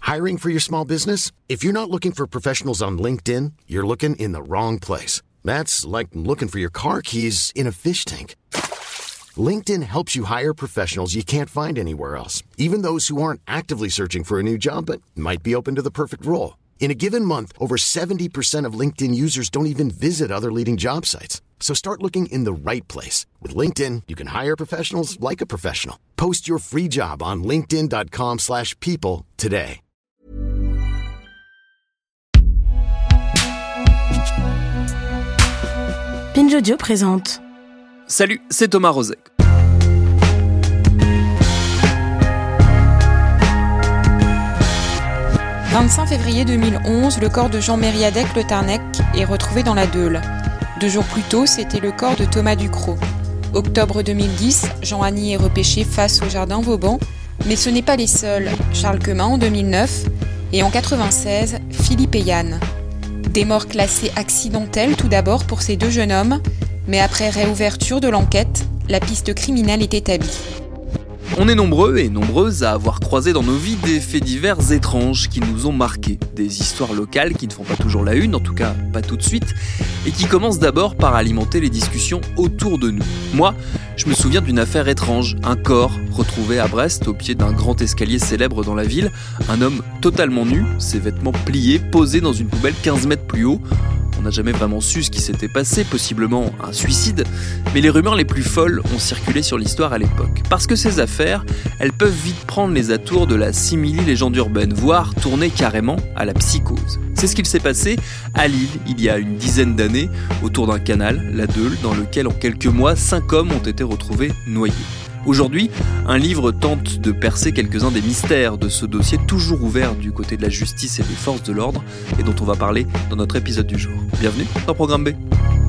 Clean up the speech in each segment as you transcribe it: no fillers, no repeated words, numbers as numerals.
Hiring for your small business? If you're not looking for professionals on LinkedIn, you're looking in the wrong place. That's like looking for your car keys in a fish tank. LinkedIn helps you hire professionals you can't find anywhere else, even those who aren't actively searching for a new job but might be open to the perfect role. In a given month, over 70% of LinkedIn users don't even visit other leading job sites. So start looking in the right place. With LinkedIn, you can hire professionals like a professional. Post your free job on linkedin.com/people today. Binge Audio présente. Salut, c'est Thomas Rozek. « 25 février 2011, le corps de Jean Mériadec-Le Tarnec est retrouvé dans la Deûle. 2 jours plus tôt, c'était le corps de Thomas Ducrot. Octobre 2010, Jean Anny est repêché face au jardin Vauban, mais ce n'est pas les seuls. Charles Quemin en 2009 et en 1996, Philippe et Yann. Des morts classées accidentelles tout d'abord pour ces 2 jeunes hommes, mais après réouverture de l'enquête, la piste criminelle est établie. On est nombreux et nombreuses à avoir croisé dans nos vies des faits divers étranges qui nous ont marqués, des histoires locales qui ne font pas toujours la une, en tout cas pas tout de suite, et qui commencent d'abord par alimenter les discussions autour de nous. Moi, je me souviens d'une affaire étrange, un corps retrouvé à Brest au pied d'un grand escalier célèbre dans la ville, un homme totalement nu, ses vêtements pliés, posé dans une poubelle 15 mètres plus haut. On n'a jamais vraiment su ce qui s'était passé, possiblement un suicide, mais les rumeurs les plus folles ont circulé sur l'histoire à l'époque. Parce que ces affaires, elles peuvent vite prendre les atours de la simili-légende urbaine, voire tourner carrément à la psychose. C'est ce qu'il s'est passé à Lille, il y a une dizaine d'années, autour d'un canal, la Deûle, dans lequel en quelques mois, 5 hommes ont été retrouvés noyés. Aujourd'hui, un livre tente de percer quelques-uns des mystères de ce dossier toujours ouvert du côté de la justice et des forces de l'ordre et dont on va parler dans notre épisode du jour. Bienvenue dans Programme B.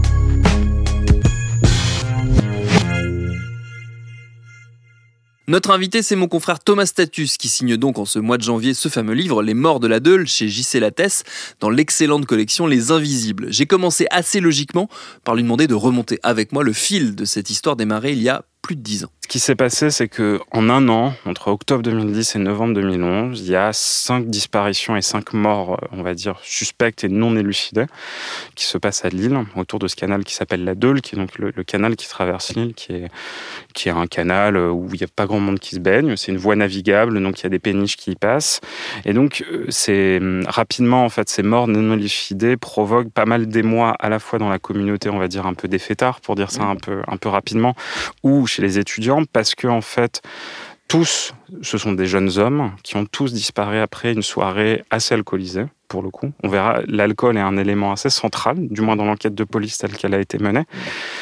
Notre invité, c'est mon confrère Thomas Status, qui signe donc en ce mois de janvier ce fameux livre, Les Morts de la Deûle, chez J.C. Lattès, dans l'excellente collection Les Invisibles. J'ai commencé assez logiquement par lui demander de remonter avec moi le fil de cette histoire démarrée il y a plus de 10 ans. Ce qui s'est passé, c'est qu'en un an, entre octobre 2010 et novembre 2011, il y a 5 disparitions et 5 morts, on va dire, suspectes et non élucidées, qui se passent à Lille, autour de ce canal qui s'appelle la Deûle, qui est donc le canal qui traverse Lille, qui est un canal où il n'y a pas grand monde qui se baigne. C'est une voie navigable, donc il y a des péniches qui y passent. Et donc, rapidement, en fait, ces morts non élucidées provoquent pas mal d'émoi, à la fois dans la communauté, on va dire, un peu des fêtards, pour dire ça un peu rapidement, ou chez les étudiants, parce que en fait, tous, ce sont des jeunes hommes qui ont tous disparu après une soirée assez alcoolisée, pour le coup. On verra, l'alcool est un élément assez central, du moins dans l'enquête de police telle qu'elle a été menée.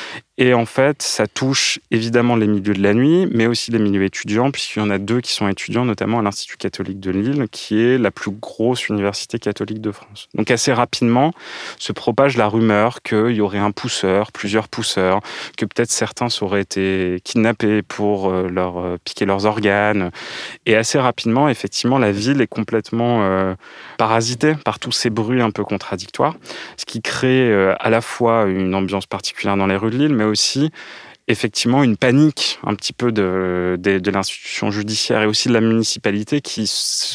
Et en fait, ça touche évidemment les milieux de la nuit, mais aussi les milieux étudiants, puisqu'il y en a 2 qui sont étudiants, notamment à l'Institut catholique de Lille, qui est la plus grosse université catholique de France. Donc assez rapidement, se propage la rumeur qu'il y aurait un pousseur, plusieurs pousseurs, que peut-être certains auraient été kidnappés pour leur piquer leurs organes. Et assez rapidement, effectivement, la ville est complètement parasitée par tous ces bruits un peu contradictoires, ce qui crée à la fois une ambiance particulière dans les rues de Lille, mais aussi effectivement une panique un petit peu de l'institution judiciaire et aussi de la municipalité qui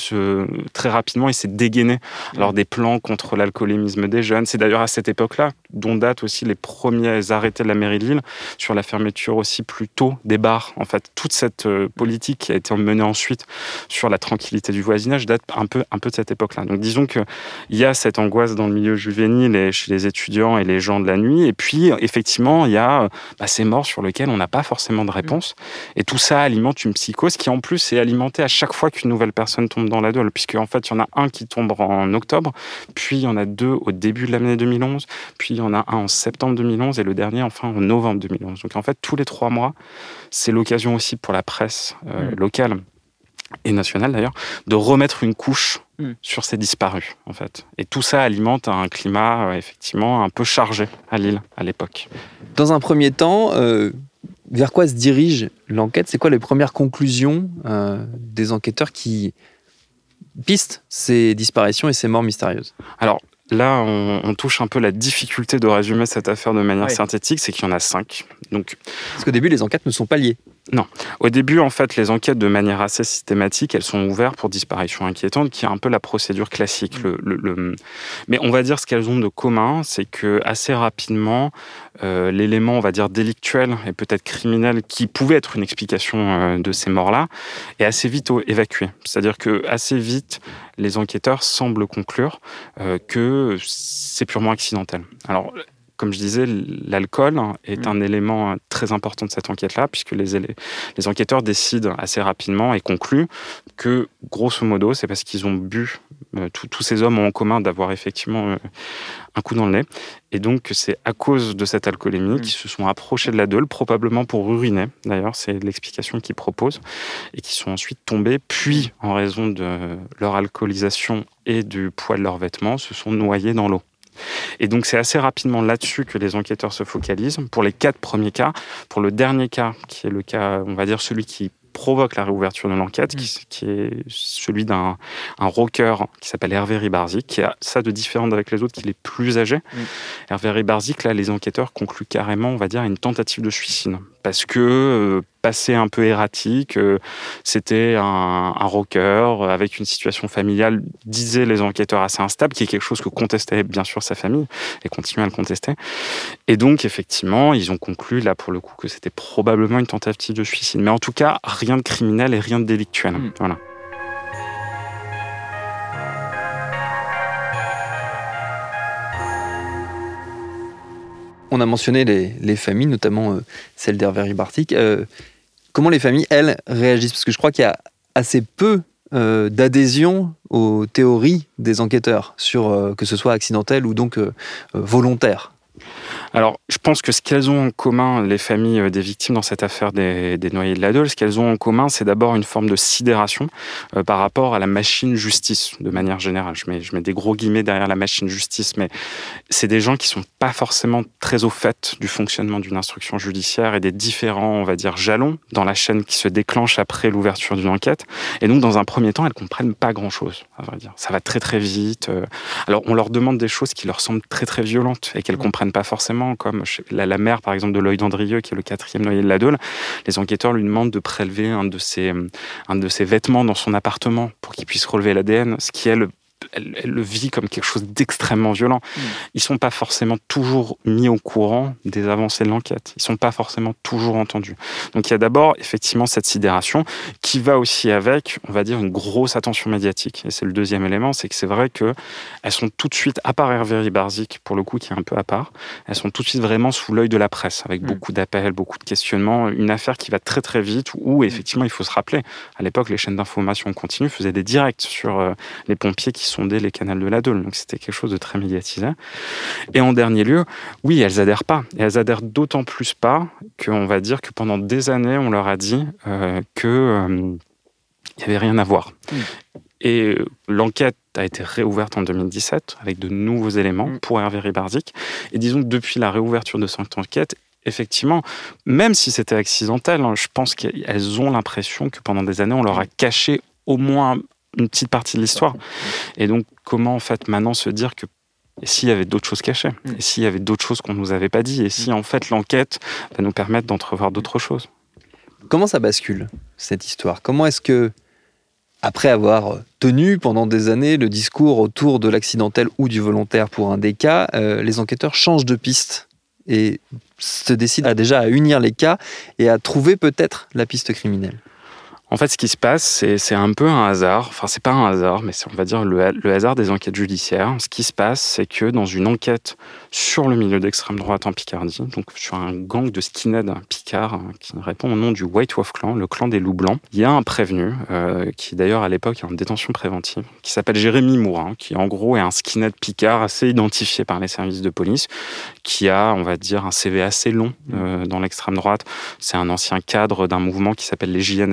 très rapidement il s'est dégainé alors des plans contre l'alcoolémisme des jeunes. C'est d'ailleurs à cette époque-là dont datent aussi les premiers arrêtés de la mairie de Lille sur la fermeture aussi plus tôt des bars. En fait, toute cette politique qui a été menée ensuite sur la tranquillité du voisinage date un peu de cette époque-là. Donc disons qu'il y a cette angoisse dans le milieu juvénile et chez les étudiants et les gens de la nuit. Et puis effectivement, il y a ces morts sur lequel on n'a pas forcément de réponse. Et tout ça alimente une psychose qui, en plus, est alimentée à chaque fois qu'une nouvelle personne tombe dans la Deûle, puisque en fait, il y en a un qui tombe en octobre, puis il y en a 2 au début de l'année 2011, puis il y en a un en septembre 2011 et le dernier, enfin, en novembre 2011. Donc, en fait, tous les 3 mois, c'est l'occasion aussi pour la presse locale et nationale, d'ailleurs, de remettre une couche sur ces disparus, en fait. Et tout ça alimente un climat, effectivement, un peu chargé à Lille, à l'époque. Dans un premier temps, vers quoi se dirige l'enquête ? C'est quoi les premières conclusions des enquêteurs qui pistent ces disparitions et ces morts mystérieuses ? Alors, là, on touche un peu la difficulté de résumer cette affaire de manière synthétique, c'est qu'il y en a 5. Donc, parce qu'au début, les enquêtes ne sont pas liées. Non. Au début, en fait, les enquêtes, de manière assez systématique, elles sont ouvertes pour disparition inquiétante, qui est un peu la procédure classique. Mais on va dire ce qu'elles ont de commun, c'est que assez rapidement, l'élément, on va dire, délictuel et peut-être criminel, qui pouvait être une explication de ces morts-là, est assez vite évacué. C'est-à-dire que assez vite, les enquêteurs semblent conclure que c'est purement accidentel. Alors, comme je disais, l'alcool est un élément très important de cette enquête-là, puisque les enquêteurs décident assez rapidement et concluent que, grosso modo, c'est parce qu'ils ont bu, tous ces hommes ont en commun d'avoir effectivement un coup dans le nez, et donc c'est à cause de cette alcoolémie qu'ils se sont approchés de la Deûle, probablement pour uriner, d'ailleurs, c'est l'explication qu'ils proposent, et qui sont ensuite tombés, puis, en raison de leur alcoolisation et du poids de leurs vêtements, se sont noyés dans l'eau. Et donc c'est assez rapidement là-dessus que les enquêteurs se focalisent pour les 4 premiers cas. Pour le dernier cas, qui est le cas, on va dire celui qui provoque la réouverture de l'enquête, qui est celui d'un rocker qui s'appelle Hervé Rybarczyk, qui a ça de différent avec les autres, qu'il est plus âgé. Hervé Rybarczyk, là, les enquêteurs concluent carrément, on va dire, à une tentative de suicide. Parce que, passé un peu erratique, c'était un rocker avec une situation familiale, disaient les enquêteurs, assez instable, qui est quelque chose que contestait bien sûr sa famille, et continue à le contester. Et donc, effectivement, ils ont conclu, là, pour le coup, que c'était probablement une tentative de suicide. Mais en tout cas, rien de criminel et rien de délictuel. Voilà. On a mentionné les familles, notamment celle d'Hervé Rybarczyk. Comment les familles, elles, réagissent? Parce que je crois qu'il y a assez peu d'adhésion aux théories des enquêteurs, sur que ce soit accidentel ou donc volontaire. Alors, je pense que ce qu'elles ont en commun, les familles des victimes dans cette affaire des noyés de la Deûle, ce qu'elles ont en commun, c'est d'abord une forme de sidération par rapport à la machine justice, de manière générale. Je mets des gros guillemets derrière la machine justice, mais c'est des gens qui sont pas forcément très au fait du fonctionnement d'une instruction judiciaire et des différents, on va dire, jalons dans la chaîne qui se déclenchent après l'ouverture d'une enquête. Et donc, dans un premier temps, elles comprennent pas grand-chose, à vrai dire. Ça va très très vite. Alors, on leur demande des choses qui leur semblent très très violentes et qu'elles comprennent pas forcément, comme la mère, par exemple, de Loïc Dandrieux, qui est le 4e noyé de la Deûle. Les enquêteurs lui demandent de prélever un de ses vêtements dans son appartement pour qu'il puisse relever l'ADN, ce qui, elle le vit comme quelque chose d'extrêmement violent. Ils sont pas forcément toujours mis au courant des avancées de l'enquête. Ils sont pas forcément toujours entendus. Donc il y a d'abord effectivement cette sidération qui va aussi avec, on va dire, une grosse attention médiatique. Et c'est le deuxième élément, c'est que c'est vrai que elles sont tout de suite, à part Hervé Rybarczyk, pour le coup, qui est un peu à part, elles sont tout de suite vraiment sous l'œil de la presse, avec beaucoup d'appels, beaucoup de questionnements, une affaire qui va très très vite, où effectivement il faut se rappeler, à l'époque les chaînes d'information continue faisaient des directs sur les pompiers qui sondaient les canaux de la Deûle. Donc c'était quelque chose de très médiatisé. Et en dernier lieu, oui, elles adhèrent pas. Et elles adhèrent d'autant plus pas qu'on va dire que pendant des années, on leur a dit qu'il n'y avait rien à voir. Et l'enquête a été réouverte en 2017 avec de nouveaux éléments pour Hervé Rybarczyk. Et disons que depuis la réouverture de cette enquête, effectivement, même si c'était accidentel, je pense qu'elles ont l'impression que pendant des années, on leur a caché au moins une petite partie de l'histoire. Et donc, comment en fait maintenant se dire que s'il y avait d'autres choses cachées, et s'il y avait d'autres choses qu'on ne nous avait pas dit, et si en fait l'enquête va nous permettre d'entrevoir d'autres choses. Comment ça bascule, cette histoire? Comment est-ce que, après avoir tenu pendant des années le discours autour de l'accidentel ou du volontaire pour un des cas, les enquêteurs changent de piste et se décident déjà à unir les cas et à trouver peut-être la piste criminelle? En fait, ce qui se passe, c'est un peu un hasard. Enfin, c'est pas un hasard, mais c'est, on va dire, le hasard des enquêtes judiciaires. Ce qui se passe, c'est que dans une enquête sur le milieu d'extrême droite en Picardie, donc sur un gang de skinheads picards qui répond au nom du White Wolf Clan, le clan des loups blancs, il y a un prévenu, qui d'ailleurs à l'époque est en détention préventive, qui s'appelle Jérémy Mourin, qui en gros est un skinhead picard assez identifié par les services de police, qui a, on va dire, un CV assez long dans l'extrême droite. C'est un ancien cadre d'un mouvement qui s'appelle les JNR, qui était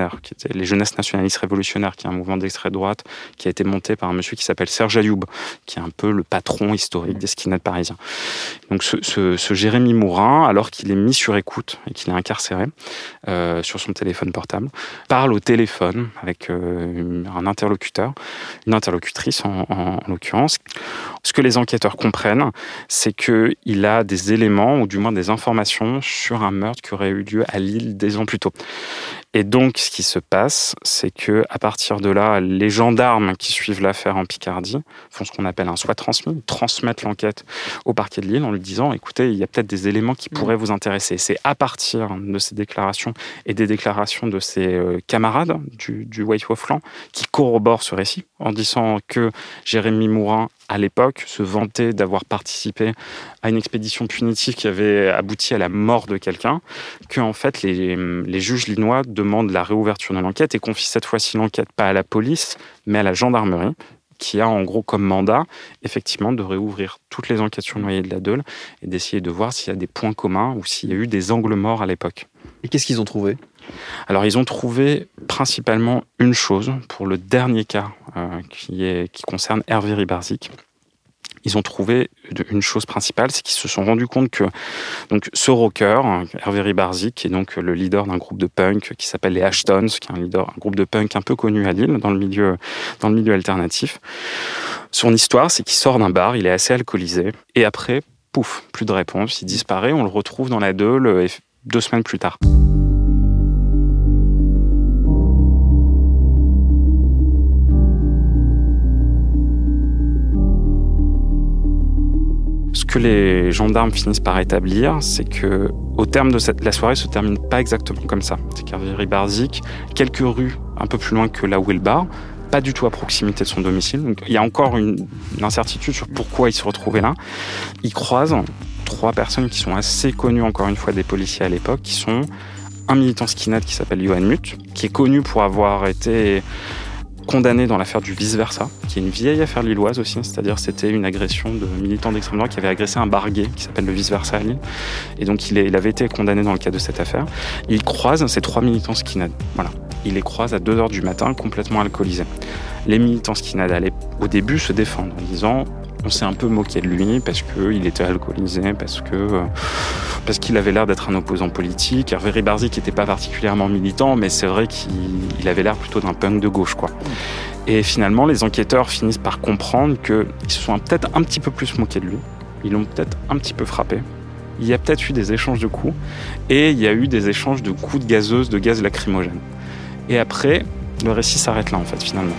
c'est les Jeunesses nationalistes révolutionnaires, qui est un mouvement d'extrême droite qui a été monté par un monsieur qui s'appelle Serge Ayoub, qui est un peu le patron historique des skinheads parisiens. Donc ce Jérémy Mourin, alors qu'il est mis sur écoute et qu'il est incarcéré sur son téléphone portable, parle au téléphone avec un interlocuteur, une interlocutrice en l'occurrence. Ce que les enquêteurs comprennent, c'est qu'il a des éléments, ou du moins des informations, sur un meurtre qui aurait eu lieu à Lille des ans plus tôt. Et donc, ce qui se passe, c'est que à partir de là, les gendarmes qui suivent l'affaire en Picardie font ce qu'on appelle un soit transmis, transmettent l'enquête au parquet de Lille en lui disant « Écoutez, il y a peut-être des éléments qui pourraient vous intéresser ». C'est à partir de ces déclarations et des déclarations de ses camarades du White Wolf Clan qui corroborent ce récit en disant que Jérémy Mourin, à l'époque, se vantait d'avoir participé à une expédition punitive qui avait abouti à la mort de quelqu'un, que en fait les juges lillois demandent la réouverture de l'enquête et confient cette fois-ci l'enquête pas à la police, mais à la gendarmerie, qui a en gros comme mandat, effectivement, de réouvrir toutes les enquêtes sur le noyé de la Deûle et d'essayer de voir s'il y a des points communs ou s'il y a eu des angles morts à l'époque. Et qu'est-ce qu'ils ont trouvé ? Alors, ils ont trouvé principalement une chose pour le dernier cas qui concerne Hervé Rybarczyk. Ils ont trouvé une chose principale, c'est qu'ils se sont rendus compte que donc, ce rocker, Hervé Rybarczyk, qui est donc le leader d'un groupe de punk qui s'appelle les Ashtones, qui est un groupe de punk un peu connu à Lille, dans le milieu alternatif. Son histoire, c'est qu'il sort d'un bar, il est assez alcoolisé, et après, pouf, plus de réponse, il disparaît, on le retrouve dans la Deûle 2 semaines plus tard. Ce que les gendarmes finissent par établir, c'est que au terme de la soirée se termine pas exactement comme ça. C'est qu'Hervé Rybarczyk, quelques rues un peu plus loin que là où est le bar, pas du tout à proximité de son domicile. Donc il y a encore une incertitude sur pourquoi il se retrouvait là. Il croise 3 personnes qui sont assez connues, encore une fois, des policiers à l'époque, qui sont un militant skinhead qui s'appelle Johan Muth, qui est connu pour avoir été condamné dans l'affaire du vice-versa, qui est une vieille affaire lilloise aussi, c'est-à-dire c'était une agression de militants d'extrême droite qui avait agressé un bar gay qui s'appelle le vice-versa à Lille. Et donc il avait été condamné dans le cadre de cette affaire. Il croise ces 3 militants skinhead. Voilà. Il les croise à 2h du matin, complètement alcoolisés. Les militants skinhead au début se défendent en disant on s'est un peu moqué de lui parce qu'il était alcoolisé, parce qu'il avait l'air d'être un opposant politique. Hervé Rybarczyk n'était pas particulièrement militant, mais c'est vrai qu'il avait l'air plutôt d'un punk de gauche, quoi. Et finalement, les enquêteurs finissent par comprendre qu'ils se sont peut-être un petit peu plus moqués de lui. Ils l'ont peut-être un petit peu frappé. Il y a peut-être eu des échanges de coups, et il y a eu des échanges de coups de gazeuse, de gaz lacrymogène. Et après, le récit s'arrête là, en fait, finalement.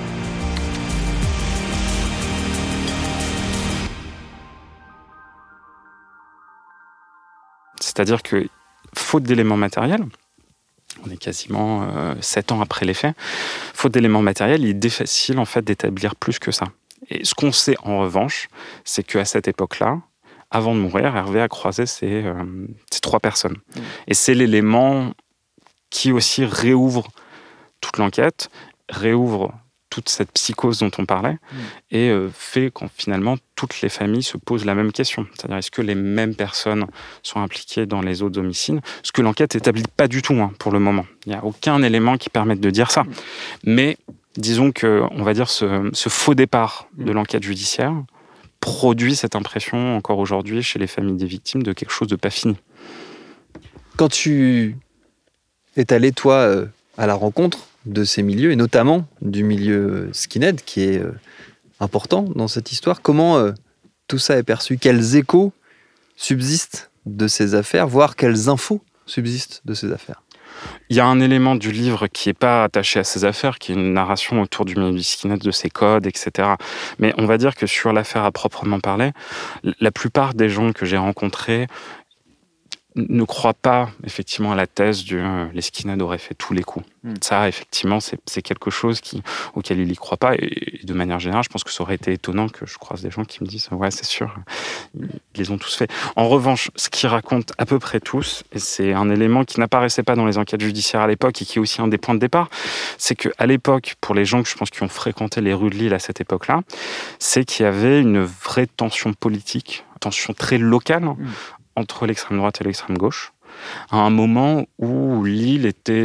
C'est-à-dire que, faute d'éléments matériels, on est quasiment 7 ans après les faits, faute d'éléments matériels, il est difficile en fait d'établir plus que ça. Et ce qu'on sait en revanche, c'est qu'à cette époque-là, avant de mourir, Hervé a croisé ces 3 personnes. Et c'est l'élément qui aussi réouvre toute l'enquête, réouvre toute cette psychose dont on parlait, et fait quand finalement toutes les familles se posent la même question. C'est-à-dire, est-ce que les mêmes personnes sont impliquées dans les autres homicides ? Ce que l'enquête n'établit pas du tout pour le moment. Il n'y a aucun élément qui permette de dire ça. Mais disons que, on va dire, ce faux départ de l'enquête judiciaire produit cette impression encore aujourd'hui chez les familles des victimes de quelque chose de pas fini. Quand tu es allé, toi, à la rencontre de ces milieux, et notamment du milieu skinhead, qui est important dans cette histoire, comment tout ça est perçu ? Quels échos subsistent de ces affaires, voire quelles infos subsistent de ces affaires ? Il y a un élément du livre qui n'est pas attaché à ces affaires, qui est une narration autour du milieu du skinhead, de ses codes, etc. Mais on va dire que sur l'affaire à proprement parler, la plupart des gens que j'ai rencontrés ne croient pas effectivement à la thèse les skinheads auraient fait tous les coups. Ça, effectivement, c'est quelque chose auquel ils n'y croient pas. Et de manière générale, je pense que ça aurait été étonnant que je croise des gens qui me disent « Ouais, c'est sûr, ils les ont tous fait ». En revanche, ce qu'ils racontent à peu près tous, et c'est un élément qui n'apparaissait pas dans les enquêtes judiciaires à l'époque et qui est aussi un des points de départ, c'est qu'à l'époque, pour les gens que je pense qui ont fréquenté les rues de Lille à cette époque-là, c'est qu'il y avait une vraie tension politique, tension très locale, entre l'extrême droite et l'extrême gauche, à un moment où Lille était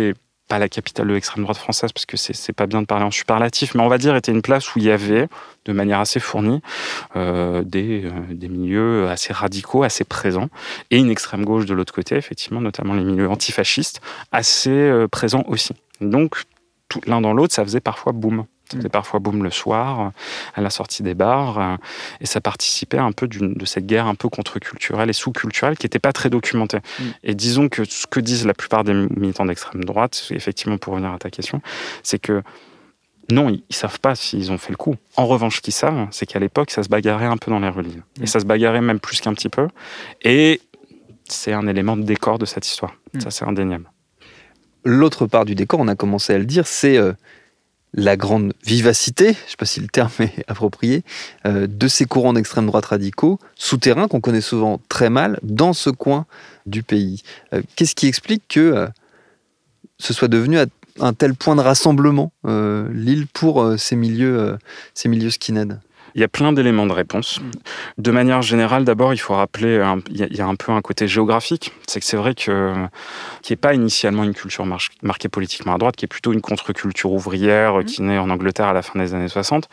pas la capitale de l'extrême droite française, parce que c'est pas bien de parler en superlatif, mais on va dire était une place où il y avait, de manière assez fournie, des milieux assez radicaux, assez présents, et une extrême gauche de l'autre côté, effectivement, notamment les milieux antifascistes, assez présents aussi. Donc, tout l'un dans l'autre, ça faisait parfois boom. Ça faisait parfois boom le soir, à la sortie des bars, et ça participait un peu de cette guerre un peu contre-culturelle et sous-culturelle qui n'était pas très documentée. Et disons que ce que disent la plupart des militants d'extrême droite, effectivement pour revenir à ta question, c'est que non, ils ne savent pas s'ils ont fait le coup. En revanche, ce qu'ils savent, c'est qu'à l'époque, ça se bagarrait un peu dans les rues de Lille. Et ça se bagarrait même plus qu'un petit peu. Et c'est un élément de décor de cette histoire. Ça, c'est indéniable. L'autre part du décor, on a commencé à le dire, c'est la grande vivacité, je ne sais pas si le terme est approprié, de ces courants d'extrême droite radicaux, souterrains, qu'on connaît souvent très mal, dans ce coin du pays. Qu'est-ce qui explique que ce soit devenu un tel point de rassemblement, Lille, pour ces milieux skinhead? Il y a plein d'éléments de réponse. De manière générale, d'abord, il faut rappeler, il y a un peu un côté géographique. C'est que c'est vrai qu'il n'est pas initialement une culture marquée politiquement à droite, qui est plutôt une contre-culture ouvrière qui naît en Angleterre à la fin des années 60.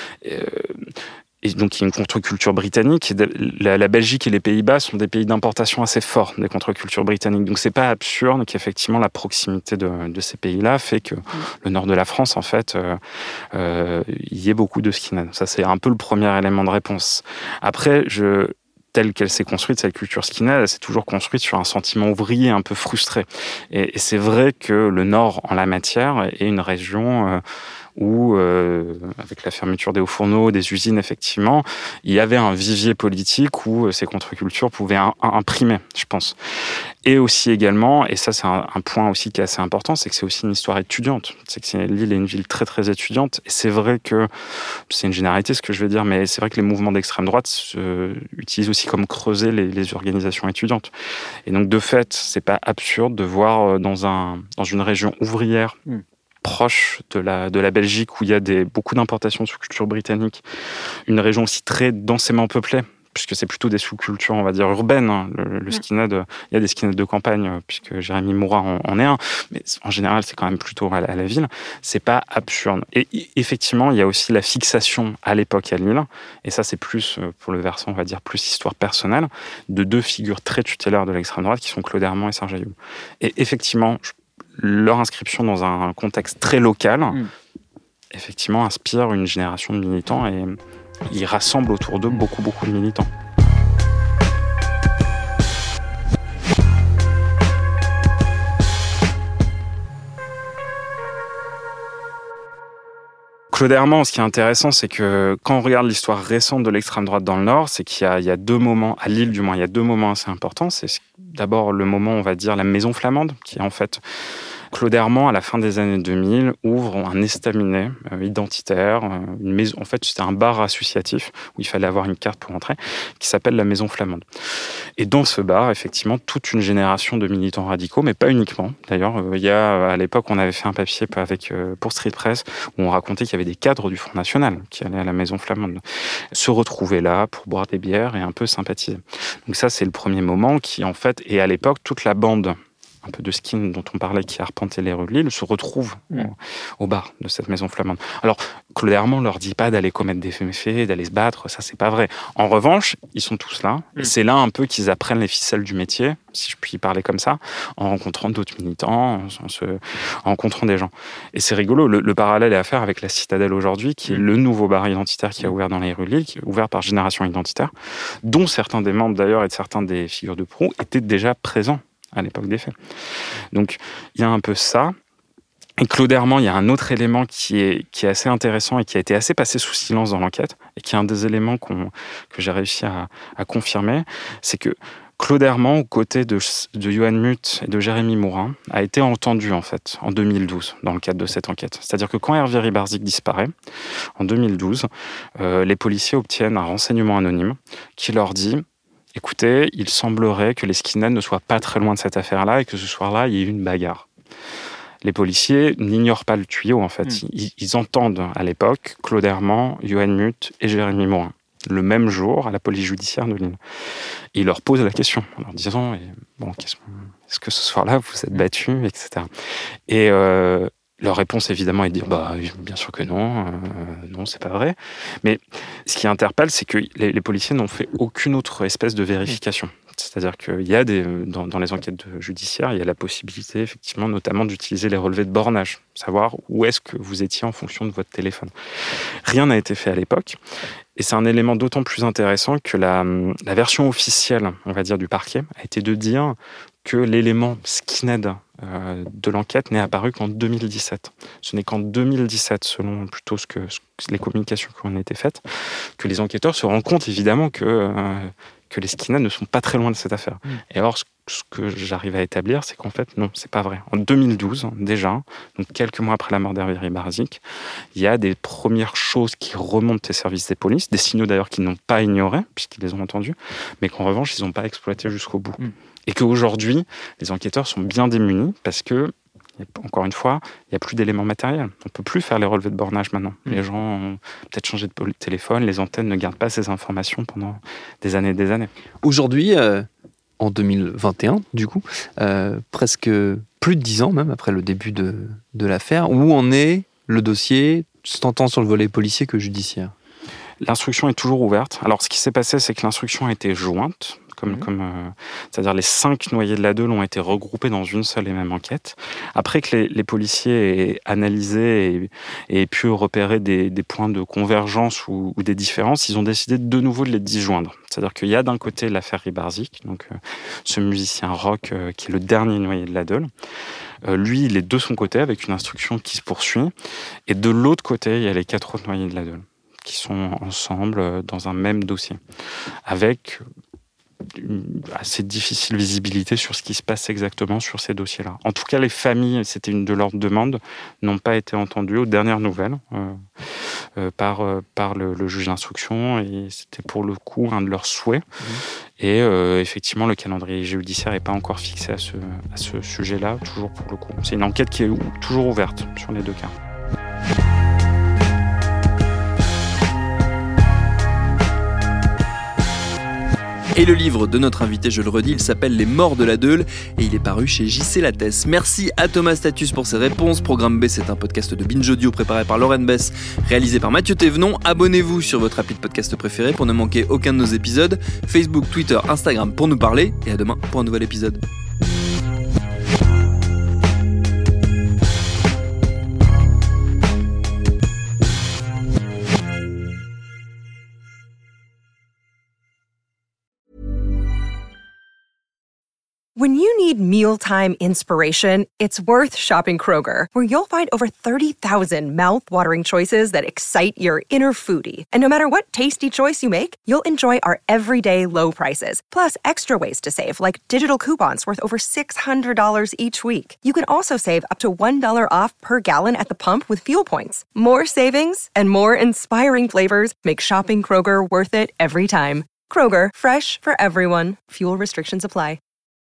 Et donc, il y a une contre-culture britannique. La Belgique et les Pays-Bas sont des pays d'importation assez forts des contre-cultures britanniques. Donc, c'est pas absurde qu'effectivement, la proximité de ces pays-là fait que le nord de la France, en fait, il y ait beaucoup de skinhead. Ça, c'est un peu le premier élément de réponse. Après, telle qu'elle s'est construite, cette culture skinhead, elle s'est toujours construite sur un sentiment ouvrier un peu frustré. Et c'est vrai que le Nord, en la matière, est une région où, avec la fermeture des hauts fourneaux, des usines, effectivement, il y avait un vivier politique où ces contre-cultures pouvaient imprimer, je pense. Et aussi également, et ça c'est un point aussi qui est assez important, c'est que c'est aussi une histoire étudiante. C'est que Lille est une ville très très étudiante. Et c'est vrai que, c'est une généralité ce que je vais dire, mais c'est vrai que les mouvements d'extrême droite utilisent aussi comme creuset les organisations étudiantes. Et donc de fait, c'est pas absurde de voir dans une région ouvrière, proche de la Belgique, où il y a beaucoup d'importations de sous-culture britannique, une région aussi très densément peuplée, puisque c'est plutôt des sous-cultures, on va dire, urbaines. Le skinhead, il y a des skinheads de campagne, puisque Jérémy Moura en est un, mais en général, c'est quand même plutôt à la ville. C'est pas absurde. Et effectivement, il y a aussi la fixation à l'époque à Lille, et ça, c'est plus, pour le versant, on va dire, plus histoire personnelle, de deux figures très tutélaires de l'extrême droite, qui sont Claude Herman et Serge Ayoub. Et effectivement, leur inscription dans un contexte très local, effectivement, inspire une génération de militants et ils rassemblent autour d'eux beaucoup de militants. Claude Herman, ce qui est intéressant, c'est que quand on regarde l'histoire récente de l'extrême droite dans le Nord, c'est qu'il y a deux moments, à Lille du moins, il y a deux moments assez importants. C'est d'abord le moment, on va dire, la Maison Flamande, qui est en fait... Claude Herman, à la fin des années 2000, ouvre un estaminet identitaire, une maison. En fait, c'était un bar associatif où il fallait avoir une carte pour entrer, qui s'appelle la Maison Flamande. Et dans ce bar, effectivement, toute une génération de militants radicaux, mais pas uniquement. D'ailleurs, à l'époque, on avait fait un papier pour Street Press où on racontait qu'il y avait des cadres du Front National qui allaient à la Maison Flamande, se retrouver là pour boire des bières et un peu sympathiser. Donc ça, c'est le premier moment qui, en fait, et à l'époque, toute la bande un peu de skin dont on parlait, qui arpentait les rues de Lille, se retrouve au bar de cette Maison Flamande. Alors, Claude Herman leur dit pas d'aller commettre des méfaits, d'aller se battre, ça c'est pas vrai. En revanche, ils sont tous là, et c'est là un peu qu'ils apprennent les ficelles du métier, si je puis parler comme ça, en rencontrant d'autres militants, en rencontrant des gens. Et c'est rigolo, le parallèle est à faire avec la Citadelle aujourd'hui, qui est le nouveau bar identitaire qui a ouvert dans les rues de Lille, qui est ouvert par Génération Identitaire, dont certains des membres d'ailleurs et certains des figures de proue étaient déjà présents à l'époque des faits. Donc, il y a un peu ça. Et Claude Herman, il y a un autre élément qui est assez intéressant et qui a été assez passé sous silence dans l'enquête, et qui est un des éléments que j'ai réussi à confirmer, c'est que Claude Herman, aux côtés de Johan Muth et de Jérémy Moura, a été entendu, en fait, en 2012, dans le cadre de cette enquête. C'est-à-dire que quand Hervé Rybarczyk disparaît, en 2012, les policiers obtiennent un renseignement anonyme qui leur dit: écoutez, il semblerait que les skinheads ne soient pas très loin de cette affaire-là et que ce soir-là, il y ait eu une bagarre. Les policiers n'ignorent pas le tuyau, en fait. Ils entendent, à l'époque, Claude Herman, Johan Muth et Jérémy Morin. le même jour à la police judiciaire de Lille. Et il leur pose la question en leur disant est-ce que ce soir-là vous êtes battus, etc. Et leur réponse évidemment est de dire bien sûr que non, non c'est pas vrai. Mais ce qui interpelle, c'est que les policiers n'ont fait aucune autre espèce de vérification. C'est-à-dire qu'il y a dans les enquêtes judiciaires, il y a la possibilité, effectivement, notamment d'utiliser les relevés de bornage, savoir où est-ce que vous étiez en fonction de votre téléphone. Rien n'a été fait à l'époque, et c'est un élément d'autant plus intéressant que la version officielle, on va dire, du parquet, a été de dire que l'élément skinhead de l'enquête n'est apparu qu'en 2017. Ce n'est qu'en 2017, selon plutôt les communications qui ont été faites, que les enquêteurs se rendent compte, évidemment, que les skinheads ne sont pas très loin de cette affaire. Et alors, ce que j'arrive à établir, c'est qu'en fait, non, c'est pas vrai. En 2012, déjà, donc quelques mois après la mort d'Hervé Barzik, il y a des premières choses qui remontent des services des polices, des signaux d'ailleurs qu'ils n'ont pas ignorés, puisqu'ils les ont entendus, mais qu'en revanche, ils n'ont pas exploité jusqu'au bout. Et qu'aujourd'hui, les enquêteurs sont bien démunis parce que, encore une fois, il n'y a plus d'éléments matériels. On ne peut plus faire les relevés de bornage maintenant. Les gens ont peut-être changé de téléphone, les antennes ne gardent pas ces informations pendant des années et des années. Aujourd'hui, en 2021, du coup, presque plus de 10 ans même après le début de l'affaire, où en est le dossier, tant sur le volet policier que judiciaire? L'instruction est toujours ouverte. Alors, ce qui s'est passé, c'est que l'instruction a été jointe. C'est-à-dire les 5 noyés de la Deûle ont été regroupés dans une seule et même enquête. Après que les policiers aient analysé et aient pu repérer des points de convergence ou des différences, ils ont décidé de nouveau de les disjoindre. C'est-à-dire qu'il y a d'un côté l'affaire Barzik, donc ce musicien rock qui est le dernier noyé de la Deûle. Lui, il est de son côté avec une instruction qui se poursuit. Et de l'autre côté, il y a les 4 autres noyés de la Deûle qui sont ensemble dans un même dossier, avec une assez difficile visibilité sur ce qui se passe exactement sur ces dossiers-là. En tout cas, les familles, c'était une de leurs demandes, n'ont pas été entendues aux dernières nouvelles par le juge d'instruction, et c'était pour le coup un de leurs souhaits. Et effectivement, le calendrier judiciaire n'est pas encore fixé à ce sujet-là, toujours pour le coup. C'est une enquête qui est toujours ouverte sur les 2 cas. Et le livre de notre invité, je le redis, il s'appelle Les Morts de la Deûle et il est paru chez J.C. Lattès. Merci à Thomas Stathus pour ses réponses. Programme B, c'est un podcast de Binge Audio préparé par Lauren Bess, réalisé par Mathieu Thévenon. Abonnez-vous sur votre appli de podcast préféré pour ne manquer aucun de nos épisodes. Facebook, Twitter, Instagram pour nous parler. Et à demain pour un nouvel épisode. When you need mealtime inspiration, it's worth shopping Kroger, where you'll find over 30,000 mouth-watering choices that excite your inner foodie. And no matter what tasty choice you make, you'll enjoy our everyday low prices, plus extra ways to save, like digital coupons worth over $600 each week. You can also save up to $1 off per gallon at the pump with fuel points. More savings and more inspiring flavors make shopping Kroger worth it every time. Kroger, fresh for everyone. Fuel restrictions apply.